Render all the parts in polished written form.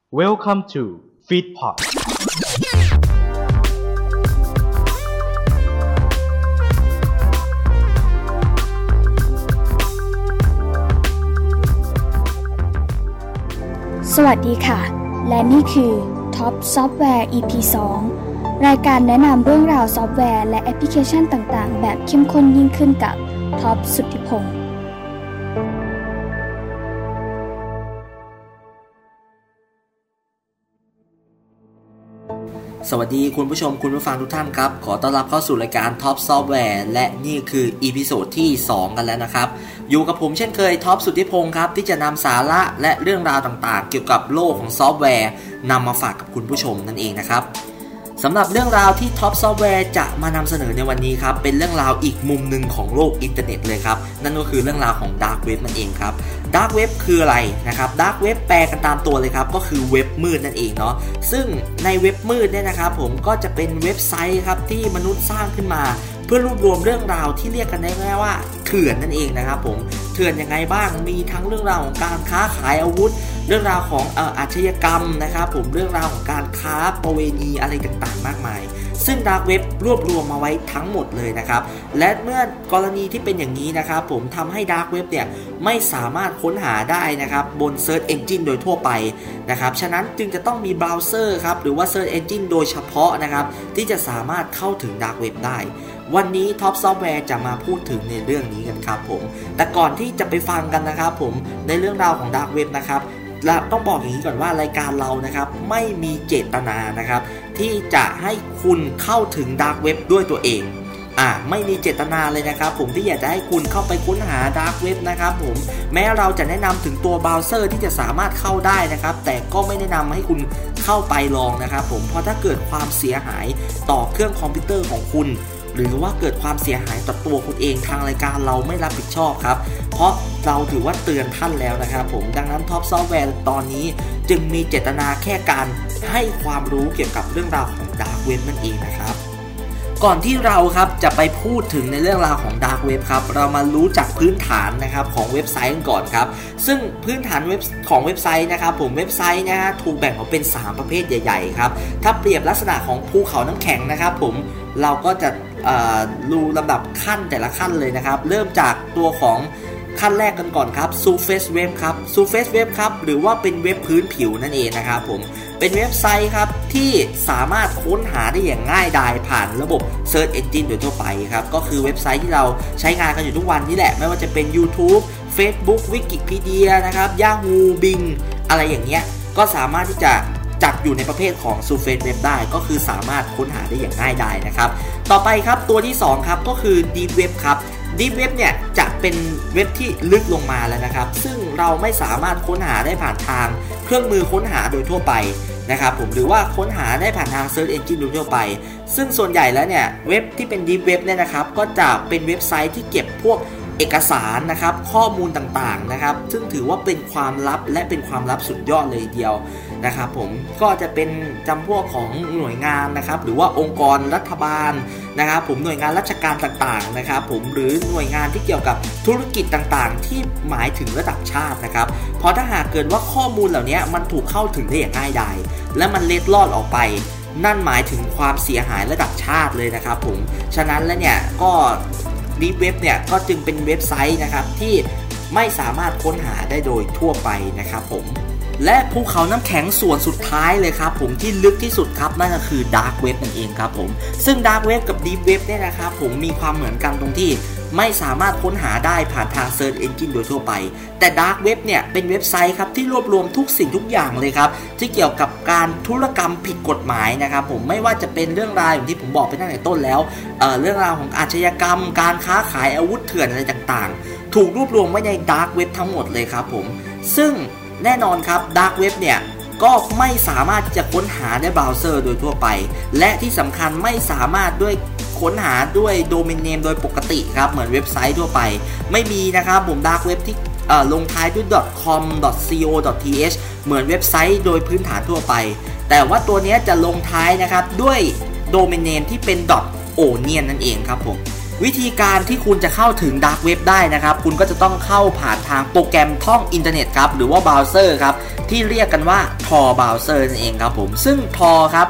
Welcome to Feedpot สวัสดีค่ะและนี่คือ Top Software EP 2 รายการแนะนำเรื่องราวซอฟต์แวร์และแอปพลิเคชันต่างๆแบบเข้มข้นยิ่งขึ้นกับท็อปสุทธิพงศ์สวัสดีคุณผู้ชมคุณผู้ฟังทุกท่านครับขอต้อนรับเข้าสู่รายการ Top Software และนี่คืออีพิโซดที่2กันแล้วนะครับอยู่กับผมเช่นเคยท็อปสุทธิพงศ์ครับที่จะนำสาระและเรื่องราวต่างๆเกี่ยวกับโลกของซอฟต์แวร์นำมาฝากกับคุณผู้ชมนั่นเองนะครับสำหรับเรื่องราวที่ Top Software จะมานำเสนอในวันนี้ครับเป็นเรื่องราวอีกมุมหนึ่งของโลกอินเทอร์เน็ตเลยครับนั่นก็คือเรื่องราวของ Dark Web นั่นเองครับ Dark Web คืออะไรนะครับ Dark Web แปลกันตามตัวเลยครับก็คือเว็บมืดนั่นเองเนาะซึ่งในเว็บมืดเนี่ยนะครับผมก็จะเป็นเว็บไซต์ครับที่มนุษย์สร้างขึ้นมาเพื่อรวบรวมเรื่องราวที่เรียกกันได้ง่ายว่าเถื่อนนั่นเองนะครับผมเถื่อนยังไงบ้างมีทั้งเรื่องราวของการค้าขายอาวุธเรื่องราวของอาชญากรรมนะครับผมเรื่องราวของการค้าประเวณีอะไรต่างๆมากมายซึ่ง Dark Web รวบรวมมาไว้ทั้งหมดเลยนะครับและเมื่อกรณีที่เป็นอย่างนี้นะครับผมทำให้ Dark Web เนี่ยไม่สามารถค้นหาได้นะครับบน Search Engine โดยทั่วไปนะครับฉะนั้นจึงจะต้องมีเบราว์เซอร์ครับหรือว่า Search Engine โดยเฉพาะนะครับที่จะสามารถเข้าถึง Dark Web ได้วันนี้ Top Software จะมาพูดถึงในเรื่องนี้กันครับผมแต่ก่อนที่จะไปฟังกันนะครับผมในเรื่องราวของ Dark Web นะครับต้องบอกอย่างนี้ก่อนว่ารายการเรานะครับไม่มีเจตนานะครับที่จะให้คุณเข้าถึง Dark Web ด้วยตัวเองไม่มีเจตนาเลยนะครับผมที่อยากจะให้คุณเข้าไปค้นหา Dark Web นะครับผมแม้เราจะแนะนำถึงตัวเบราว์เซอร์ที่จะสามารถเข้าได้นะครับแต่ก็ไม่แนะนำให้คุณเข้าไปลองนะครับผมเพราะถ้าเกิดความเสียหายต่อเครื่องคอมพิวเตอร์ของคุณหรือว่าเกิดความเสียหายต่อตัวคุณเองทางรายการเราไม่รับผิดชอบครับเพราะเราถือว่าเตือนท่านแล้วนะครับผมดังนั้น Top Software ตอนนี้จึงมีเจตนาแค่การให้ความรู้เกี่ยวกับเรื่องราวของ Dark Web นั่นเองนะครับก่อนที่เราครับจะไปพูดถึงในเรื่องราวของ Dark Web ครับเรามารู้จักพื้นฐานนะครับของเว็บไซต์กันก่อนครับซึ่งพื้นฐานของเว็บไซต์นะครับผมเว็บไซต์นะฮะถูกแบ่งออกเป็น3ประเภทใหญ่ๆครับถ้าเปรียบลักษณะของภูเขาน้ำแข็งนะครับผมเราก็จะดูลำดับขั้นแต่ละขั้นเลยนะครับเริ่มจากตัวของขั้นแรกกันก่อนครับ Surface Web ครับ Surface Web ครับหรือว่าเป็นเว็บพื้นผิวนั่นเองนะครับผมเป็นเว็บไซต์ครับที่สามารถค้นหาได้อย่างง่ายดายผ่านระบบ Search Engine โดยทั่วไปครับก็คือเว็บไซต์ที่เราใช้งานกันอยู่ทุกวันนี่แหละไม่ว่าจะเป็น YouTube Facebook Wikipedia นะครับ Yahoo Bing อะไรอย่างเงี้ยก็สามารถที่จะจัดอยู่ในประเภทของ Surface Web ได้ก็คือสามารถค้นหาได้อย่างง่ายดายนะครับต่อไปครับตัวที่2ครับก็คือ Deep Web ครับ Deep Web เนี่ยจะเป็นเว็บที่ลึกลงมาแล้วนะครับซึ่งเราไม่สามารถค้นหาได้ผ่านทางเครื่องมือค้นหาโดยทั่วไปนะครับผมหรือว่าค้นหาได้ผ่านทาง Search Engine โดยทั่วไปซึ่งส่วนใหญ่แล้วเนี่ยเว็บที่เป็น Deep Web เนี่ยนะครับก็จะเป็นเว็บไซต์ที่เก็บพวกเอกสารนะครับข้อมูลต่างๆนะครับซึ่งถือว่าเป็นความลับและเป็นความลับสุดยอดเลยเดียวนะครับผมก็จะเป็นจำพวกของหน่วยงานนะครับหรือว่าองค์กรรัฐบาลนะครับผมหน่วยงานราชการต่างๆนะครับผมหรือหน่วยงานที่เกี่ยวกับธุรกิจต่างๆที่หมายถึงระดับชาตินะครับเพราะถ้าหากเกิดว่าข้อมูลเหล่านี้มันถูกเข้าถึงได้อย่างง่ายดายและมันเล็ดลอดออกไปนั่นหมายถึงความเสียหายระดับชาติเลยนะครับผมฉะนั้นแล้วเนี่ยก็Deep Web เนี่ยก็จึงเป็นเว็บไซต์นะครับที่ไม่สามารถค้นหาได้โดยทั่วไปนะครับผมและภูเขาน้ำแข็งส่วนสุดท้ายเลยครับผมที่ลึกที่สุดครับนั่นก็คือ Dark Web นั่นเองครับผมซึ่ง Dark Web กับ Deep Web เนี่ยนะครับผมมีความเหมือนกันตรงที่ไม่สามารถค้นหาได้ผ่านทาง Search Engine โดยทั่วไปแต่ Dark Web เนี่ยเป็นเว็บไซต์ครับที่รวบรวมทุกสิ่งทุกอย่างเลยครับที่เกี่ยวกับการธุรกรรมผิดกฎหมายนะครับผมไม่ว่าจะเป็นเรื่องราวอย่างที่ผมบอกไปตั้งแต่ต้นแล้วเรื่องราวของอาชญากรรมการค้าขายอาวุธเถื่อนอะไรต่างๆถูกรวบรวมไว้ใน Dark Web ทั้งหมดเลยครับผมซึ่งแน่นอนครับ Dark Web เนี่ยก็ไม่สามารถที่จะค้นหาได้เบราว์เซอร์โดยทั่วไปและที่สำคัญไม่สามารถด้วยค้นหาด้วยโดเมนเนมโดยปกติครับเหมือนเว็บไซต์ทั่วไปไม่มีนะครับผม Dark Web ที่ลงท้ายด้วย .com .co .th เหมือนเว็บไซต์โดยพื้นฐานทั่วไปแต่ว่าตัวนี้จะลงท้ายนะครับด้วยโดเมนเนมที่เป็น .onion นั่นเองครับผมวิธีการที่คุณจะเข้าถึง Dark Web ได้นะครับคุณก็จะต้องเข้าผ่านทางโปรแกรมท่องอินเทอร์เน็ตครับหรือว่าเบราว์เซอร์ครับที่เรียกกันว่า Tor Browser นั่นเองครับผมซึ่ง Tor ครับ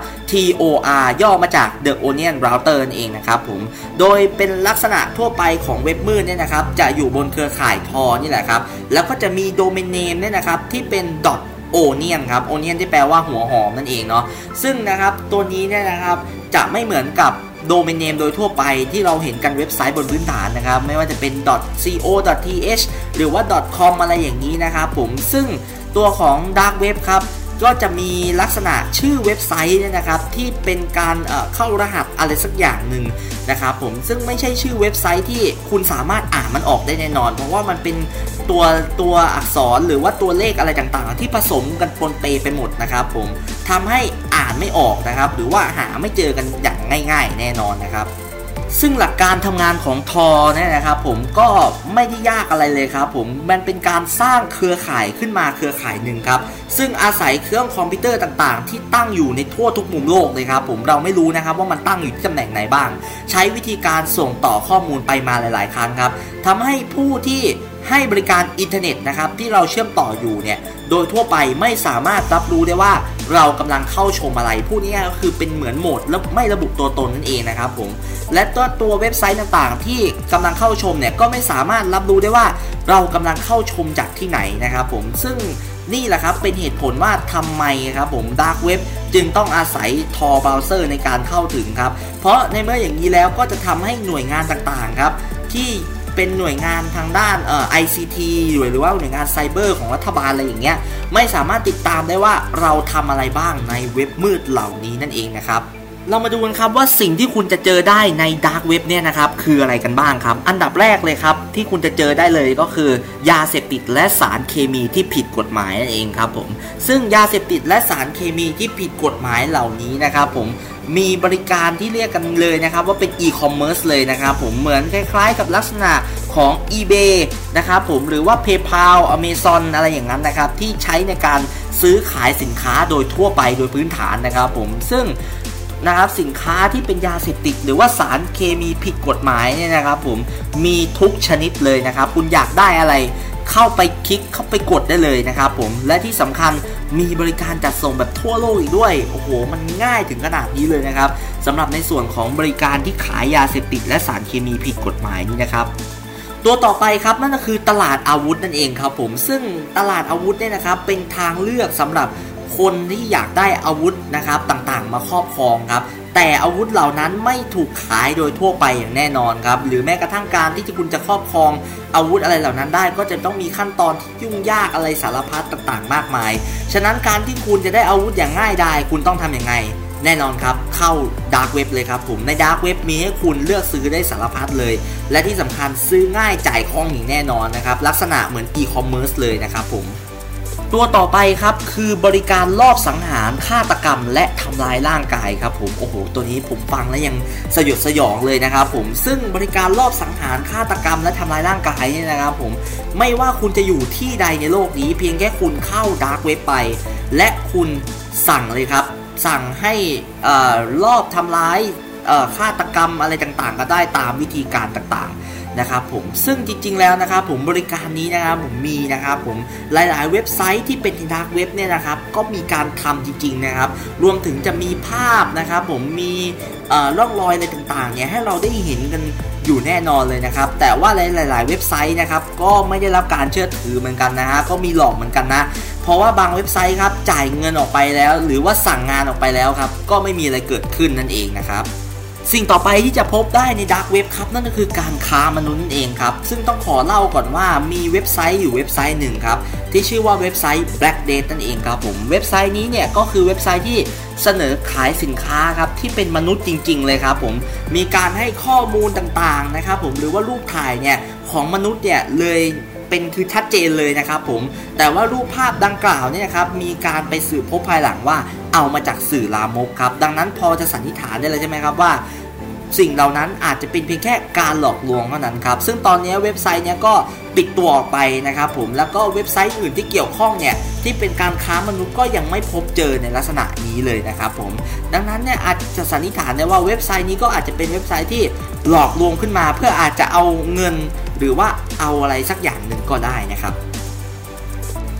TOR ย่อมาจาก The Onion Router นั่นเองนะครับผมโดยเป็นลักษณะทั่วไปของเว็บมืดเนี่ยนะครับจะอยู่บนเครือข่าย Tor นี่แหละครับแล้วก็จะมีโดเมนเนมเนี่ยนะครับที่เป็น .onion ครับ onion ที่แปลว่าหัวหอมนั่นเองเนาะซึ่งนะครับตัวนี้เนี่ยนะครับจะไม่เหมือนกับโดเมนเนมโดยทั่วไปที่เราเห็นกันเว็บไซต์บนพื้นฐานนะครับไม่ว่าจะเป็น .co.th หรือว่า .com อะไรอย่างนี้นะครับผมซึ่งตัวของ Dark Web ครับก็จะมีลักษณะชื่อเว็บไซต์เนี่ยนะครับที่เป็นการเข้ารหัสอะไรสักอย่างหนึ่งนะครับผมซึ่งไม่ใช่ชื่อเว็บไซต์ที่คุณสามารถอ่านมันออกได้แน่นอนเพราะว่ามันเป็นตัวอักษรหรือว่าตัวเลขอะไรต่างๆที่ผสมกันปนเปไปหมดนะครับผมทำให้อ่านไม่ออกนะครับหรือว่าหาไม่เจอกันอย่างง่ายๆแน่นอนนะครับซึ่งหลักการทำงานของ Tor เนี่ยนะครับผมก็ไม่ได้ยากอะไรเลยครับผมมันเป็นการสร้างเครือข่ายขึ้นมาเครือข่ายหนึ่งครับซึ่งอาศัยเครื่องคอมพิวเตอร์ต่างๆที่ตั้งอยู่ในทั่วทุกมุมโลกเลยครับผมเราไม่รู้นะครับว่ามันตั้งอยู่ที่ตำแหน่งไหนบ้างใช้วิธีการส่งต่อข้อมูลไปมาหลายๆครั้งครับทำให้ผู้ที่ให้บริการอินเทอร์เน็ตนะครับที่เราเชื่อมต่ออยู่เนี่ยโดยทั่วไปไม่สามารถรับรู้ได้ว่าเรากำลังเข้าชมอะไรผู้นี้ก็คือเป็นเหมือนโหมดและไม่ระบุตัวตนนั่นเองนะครับผมและตัวเว็บไซต์ต่างๆที่กำลังเข้าชมเนี่ยก็ไม่สามารถรับรู้ได้ว่าเรากำลังเข้าชมจากที่ไหนนะครับผมซึ่งนี่แหละครับเป็นเหตุผลว่าทำไมครับผม Dark Web จึงต้องอาศัย Tor Browser ในการเข้าถึงครับเพราะในเมื่ออย่างนี้แล้วก็จะทำให้หน่วยงานต่างๆครับที่เป็นหน่วยงานทางด้านICT หรือว่าหน่วยงานไซเบอร์ของรัฐบาลอะไรอย่างเงี้ยไม่สามารถติดตามได้ว่าเราทำอะไรบ้างในเว็บมืดเหล่านี้นั่นเองนะครับเรามาดูกันครับว่าสิ่งที่คุณจะเจอได้ใน Dark Web เนี่ยนะครับคืออะไรกันบ้างครับอันดับแรกเลยครับที่คุณจะเจอได้เลยก็คือยาเสพติดและสารเคมีที่ผิดกฎหมายนั่นเองครับผมซึ่งยาเสพติดและสารเคมีที่ผิดกฎหมายเหล่านี้นะครับผมมีบริการที่เรียกกันเลยนะครับว่าเป็นอีคอมเมิร์ซเลยนะครับผมเหมือนคล้ายๆกับลักษณะของ eBay นะครับผมหรือว่า PayPal Amazon อะไรอย่างนั้นนะครับที่ใช้ในการซื้อขายสินค้าโดยทั่วไปโดยพื้นฐานนะครับผมซึ่งนะครับสินค้าที่เป็นยาเสพติดหรือว่าสารเคมีผิดกฎหมายเนี่ยนะครับผมมีทุกชนิดเลยนะครับคุณอยากได้อะไรเข้าไปคลิกเข้าไปกดได้เลยนะครับผมและที่สำคัญมีบริการจัดส่งแบบทั่วโลกอีกด้วยโอ้โหมันง่ายถึงขนาดนี้เลยนะครับสำหรับในส่วนของบริการที่ขายยาเสพติดและสารเคมีผิดกฎหมายนี่นะครับตัวต่อไปครับนั่นก็คือตลาดอาวุธนั่นเองครับผมซึ่งตลาดอาวุธเนี่ยนะครับเป็นทางเลือกสำหรับคนที่อยากได้อาวุธนะครับต่างๆมาครอบครองครับแต่อาวุธเหล่านั้นไม่ถูกขายโดยทั่วไปอย่างแน่นอนครับหรือแม้กระทั่งการที่คุณจะครอบครองอาวุธอะไรเหล่านั้นได้ก็จะต้องมีขั้นตอนที่ยุ่งยากอะไรสารพัดต่างๆมากมายฉะนั้นการที่คุณจะได้อาวุธอย่างง่ายดายคุณต้องทำอย่างไงแน่นอนครับเข้า Dark Web เลยครับผมใน Dark Web มีให้คุณเลือกซื้อได้สารพัดเลยและที่สำคัญซื้อง่ายจ่ายคล่องอย่างแน่นอนนะครับลักษณะเหมือน e-commerce เลยนะครับผมตัวต่อไปครับคือบริการลอบสังหารฆาตกรรมและทำลายร่างกายครับผมโอ้โหตัวนี้ผมฟังแล้วยังสยดสยองเลยนะครับผมซึ่งบริการลอบสังหารฆาตกรรมและทำลายร่างกายเนี่ยนะครับผมไม่ว่าคุณจะอยู่ที่ใดในโลกนี้เพียงแค่คุณเข้า Dark Web ไปและคุณสั่งเลยครับสั่งให้ลอบทำร้ายฆาตกรรมอะไรต่างๆก็ได้ตามวิธีการต่างๆนะครับผมซึ่งจริงๆแล้วนะครับผมบริการนี้นะครับผมมีนะครับผมหลายๆเว็บไซต์ที่เป็น Dark Web เนี่ยนะครับก็มีการทำจริงๆนะครับรวมถึงจะมีภาพนะครับผมมีร่องรอยอะไรต่างๆเนี่ยให้เราได้เห็นกันอยู่แน่นอนเลยนะครับแต่ว่าหลายๆเว็บไซต์นะครับก็ไม่ได้รับการเชื่อถือเหมือนกันนะฮะก็มีหลอกเหมือนกันนะเพราะว่าบางเว็บไซต์ครับจ่ายเงินออกไปแล้วหรือว่าสั่งงานออกไปแล้วครับก็ไม่มีอะไรเกิดขึ้นนั่นเองนะครับสิ่งต่อไปที่จะพบได้ใน Dark Web ครับนั่นก็คือการค้ามนุษย์นั่นเองครับซึ่งต้องขอเล่าก่อนว่ามีเว็บไซต์อยู่เว็บไซต์หนึ่งครับที่ชื่อว่าเว็บไซต์ Black Date นั่นเองครับผมเว็บไซต์นี้เนี่ยก็คือเว็บไซต์ที่เสนอขายสินค้าครับที่เป็นมนุษย์จริงๆเลยครับผมมีการให้ข้อมูลต่างๆนะครับผมหรือว่ารูปถ่ายเนี่ยของมนุษย์เนี่ยเลยเป็นคือชัดเจนเลยนะครับผมแต่ว่ารูปภาพดังกล่าวเนี่ยครับมีการไปสืบพบภายหลังว่าเอามาจากสื่อลามกครับดังนั้นพอจะสันนิษฐานได้เลยใช่ไหมครับว่าสิ่งเหล่านั้นอาจจะเป็นเพียงแค่การหลอกลวงเท่านั้นครับซึ่งตอนนี้เว็บไซต์เนี้ยก็ปิดตัวออกไปนะครับผมแล้วก็เว็บไซต์อื่นที่เกี่ยวข้องเนี่ยที่เป็นการค้ามนุษย์ก็ยังไม่พบเจอในลักษณะนี้เลยนะครับผมดังนั้นเนี่ยอาจจะสันนิษฐานได้ว่าเว็บไซต์นี้ก็อาจจะเป็นเว็บไซต์ที่หลอกลวงขึ้นมาเพื่ออาจจะเอาเงินหรือว่าเอาอะไรสักอย่างหนึ่งก็ได้นะครับ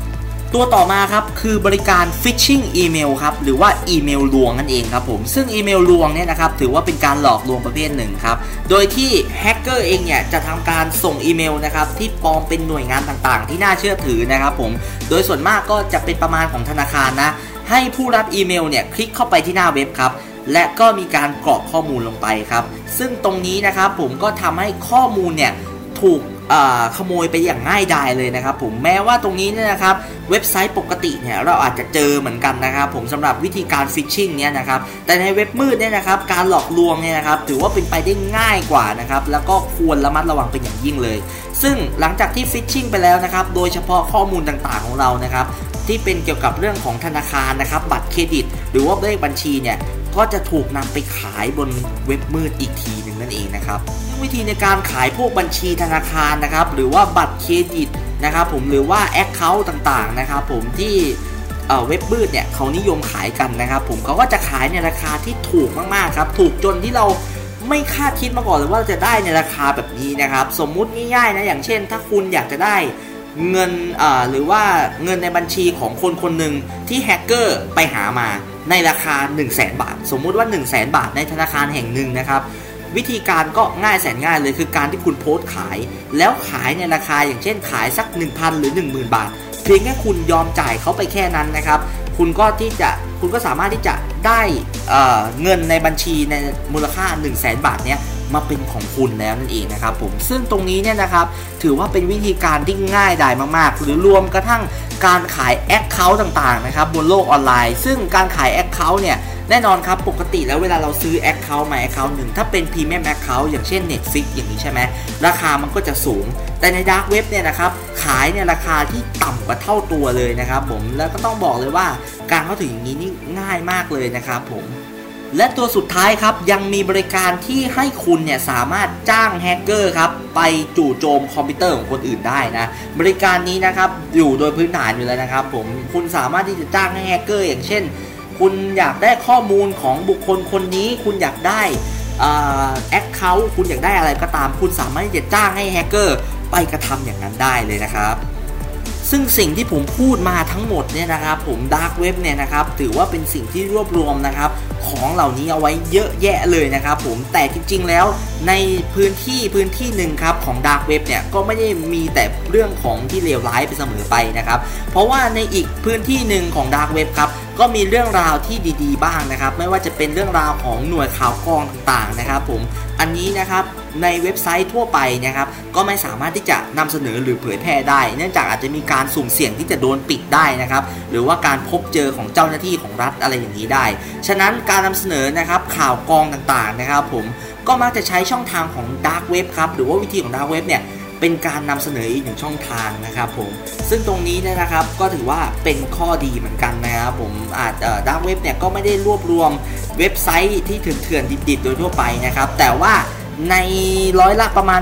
ตัวต่อมาครับคือบริการ Phishing อีเมลครับหรือว่าอีเมลลวงนั่นเองครับผมซึ่งอีเมลลวงเนี่ยนะครับถือว่าเป็นการหลอกลวงประเภทหนึ่งครับโดยที่แฮกเกอร์เองเนี่ยจะทำการส่งอีเมลนะครับที่ปลอมเป็นหน่วยงานต่างๆที่น่าเชื่อถือนะครับผมโดยส่วนมากก็จะเป็นประมาณของธนาคารนะให้ผู้รับอีเมลเนี่ยคลิกเข้าไปที่หน้าเว็บครับและก็มีการกรอกข้อมูลลงไปครับซึ่งตรงนี้นะครับผมก็ทำให้ข้อมูลเนี่ยถูกขโมยไปอย่างง่ายดายเลยนะครับผมแม้ว่าตรงนี้เนี่ยนะครับเว็บไซต์ปกติเนี่ยเราอาจจะเจอเหมือนกันนะครับผมสำหรับวิธีการฟิชชิงเนี่ยนะครับแต่ในเว็บมืดเนี่ยนะครับการหลอกลวงเนี่ยนะครับถือว่าเป็นไปได้ง่ายกว่านะครับแล้วก็ควรระมัดระวังเป็นอย่างยิ่งเลยซึ่งหลังจากที่ฟิชชิงไปแล้วนะครับโดยเฉพาะข้อมูลต่างๆของเรานะครับที่เป็นเกี่ยวกับเรื่องของธนาคารนะครับบัตรเครดิตหรือว่าเลขบัญชีเนี่ยก็จะถูกนำไปขายบนเว็บมืดอีกทีหนึ่งนั่นเองนะครับวิธีในการขายพวกบัญชีธนาคารนะครับหรือว่าบัตรเครดิตนะครับผมหรือว่าแอคเคาท์ต่างๆนะครับผมที่เว็บมืดเนี่ยเขานิยมขายกันนะครับผมเขาก็จะขายในราคาที่ถูกมากๆครับถูกจนที่เราไม่คาดคิดมาก่อนเลยว่าจะได้ในราคาแบบนี้นะครับสมมุติง่ายๆนะอย่างเช่นถ้าคุณอยากจะได้เงินหรือว่าเงินในบัญชีของคนคนหนึ่งที่แฮกเกอร์ไปหามาในราคา 100,000 บาทสมมุติว่า 100,000 บาทในธนาคารแห่งหนึ่งนะครับวิธีการก็ง่ายแสนง่ายเลยคือการที่คุณโพสต์ขายแล้วขายในราคาอย่างเช่นขายสัก 1,000 หรือ 10,000 บาทเพียงแค่คุณยอมจ่ายเขาไปแค่นั้นนะครับคุณก็สามารถที่จะได้เงินในบัญชีในมูลค่า 100,000 บาทเนี้ยมาเป็นของคุณแล้วนั่นเองนะครับผมซึ่งตรงนี้เนี่ยนะครับถือว่าเป็นวิธีการที่ง่ายดายมากๆหรือรวมกระทั่งการขายแอคเคาท์ต่างๆนะครับบนโลกออนไลน์ซึ่งการขายแอคเคาท์เนี่ยแน่นอนครับปกติแล้วเวลาเราซื้อแอคเคาท์มาแอคเคาท์หนึ่งถ้าเป็นพรีเมียมแอคเคาท์อย่างเช่น Netflix อย่างนี้ใช่ไหมราคามันก็จะสูงแต่ในดาร์กเว็บเนี่ยนะครับขายในราคาที่ต่ำกว่าเท่าตัวเลยนะครับผมแล้วก็ต้องบอกเลยว่าการเข้าถึงอย่างนี้นี่ง่ายมากเลยนะครับผมและตัวสุดท้ายครับยังมีบริการที่ให้คุณเนี่ยสามารถจ้างแฮกเกอร์ครับไปจู่โจมคอมพิวเตอร์ของคนอื่นได้นะบริการนี้นะครับอยู่โดยพื้นฐานอยู่แล้วนะครับผมคุณสามารถที่จะจ้างให้แฮกเกอร์อย่างเช่นคุณอยากได้ข้อมูลของบุคคลคนนี้คุณอยากได้แอคเคาท์คุณอยากได้อะไรก็ตามคุณสามารถที่จะจ้างให้แฮกเกอร์ไปกระทำอย่างนั้นได้เลยนะครับซึ่งสิ่งที่ผมพูดมาทั้งหมดเนี่ยนะครับผมดาร์กเว็บเนี่ยนะครับถือว่าเป็นสิ่งที่รวบรวมนะครับของเหล่านี้เอาไว้เยอะแยะเลยนะครับผมแต่จริงๆแล้วในพื้นที่หนึ่งครับของดาร์กเว็บเนี่ยก็ไม่ได้มีแต่เรื่องของที่เลวร้ายไปเสมอไปนะครับเพราะว่าในอีกพื้นที่หนึ่งของดาร์กเว็บครับก็มีเรื่องราวที่ดีๆบ้างนะครับไม่ว่าจะเป็นเรื่องราวของหน่วยข่าวกรองต่างๆนะครับผมอันนี้นะครับในเว็บไซต์ทั่วไปนะครับก็ไม่สามารถที่จะนำเสนอหรือเผยแพร่ได้เนื่องจากอาจจะมีการสุ่มเสี่ยงที่จะโดนปิดได้นะครับหรือว่าการพบเจอของเจ้าหน้าที่ของรัฐอะไรอย่างนี้ได้ฉะนั้นการนำเสนอนะครับข่าวกรองต่างๆนะครับผมก็มักจะใช้ช่องทางของดาร์กเว็บครับหรือว่าวิธีของดาร์กเว็บเนี่ยเป็นการนำเสนออีกหนึ่งช่องทางนะครับผมซึ่งตรงนี้เนี่ยนะครับก็ถือว่าเป็นข้อดีเหมือนกันนะครับผมดาร์กเว็บเนี่ยก็ไม่ได้รวบรวมเว็บไซต์ที่เถื่อนๆดิบๆโดยทั่วไปนะครับแต่ว่าในร้อยละประมาณ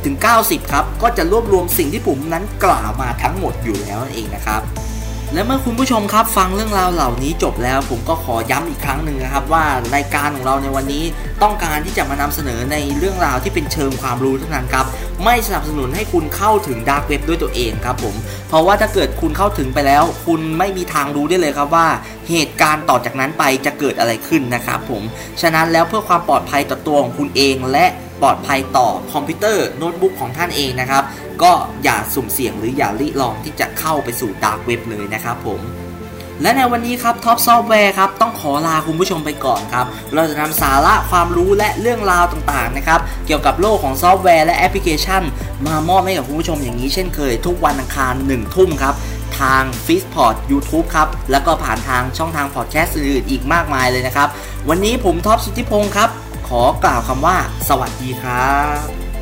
80-90 ครับก็จะรวบรวมสิ่งที่ผมนั้นกล่าวมาทั้งหมดอยู่แล้วนั่นเองนะครับและเมื่อคุณผู้ชมครับฟังเรื่องราวเหล่านี้จบแล้วผมก็ขอย้ำอีกครั้งหนึ่งนะครับว่ารายการของเราในวันนี้ต้องการที่จะมานำเสนอในเรื่องราวที่เป็นเชิงความรู้เท่านั้นครับไม่สนับสนุนให้คุณเข้าถึงดาร์กเว็บด้วยตัวเองครับผมเพราะว่าถ้าเกิดคุณเข้าถึงไปแล้วคุณไม่มีทางรู้ได้เลยครับว่าเหตุการณ์ต่อจากนั้นไปจะเกิดอะไรขึ้นนะครับผมฉะนั้นแล้วเพื่อความปลอดภัยต่อตัวของคุณเองและปลอดภัยต่อคอมพิวเตอร์โน้ตบุ๊กของท่านเองนะครับก็อย่าสุ่มเสี่ยงหรืออย่าลิลองที่จะเข้าไปสู่ดาร์กเว็บเลยนะครับผมและในวันนี้ครับท็อปซอฟต์แวร์ครับต้องขอลาคุณผู้ชมไปก่อนครับเราจะนำสาระความรู้และเรื่องราวต่างๆนะครับเกี่ยวกับโลกของซอฟต์แวร์และแอปพลิเคชันมามอบให้กับคุณผู้ชมอย่างนี้เช่นเคยทุกวันอังคาร 1 ทุ่มครับทาง Feedpot YouTube ครับแล้วก็ผ่านทางช่องทางพอดแคสต์อื่นๆอีกมากมายเลยนะครับวันนี้ผมท็อปสุทธิพงศ์ครับขอกล่าวคำว่าสวัสดีครับ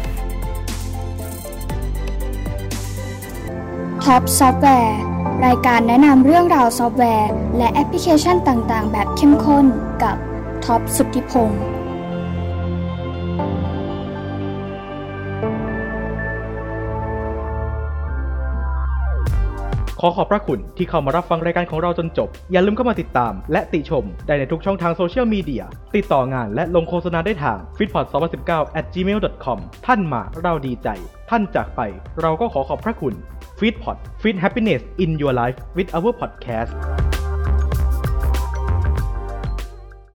ท็อปซอฟต์แวร์รายการแนะนำเรื่องราวซอฟต์แวร์และแอปพลิเคชันต่างๆแบบเข้มข้นกับท็อปสุทธิพงศ์ขอขอบพระคุณที่เข้ามารับฟังรายการของเราจนจบอย่าลืมเข้ามาติดตามและติชมได้ในทุกช่องทางโซเชียลมีเดียติดต่องานและลงโฆษณาได้ทาง feedpot2019@gmail.com ท่านมาเราดีใจท่านจากไปเราก็ขอขอบพระคุณ Feedpot Feed Happiness in Your Life with our podcast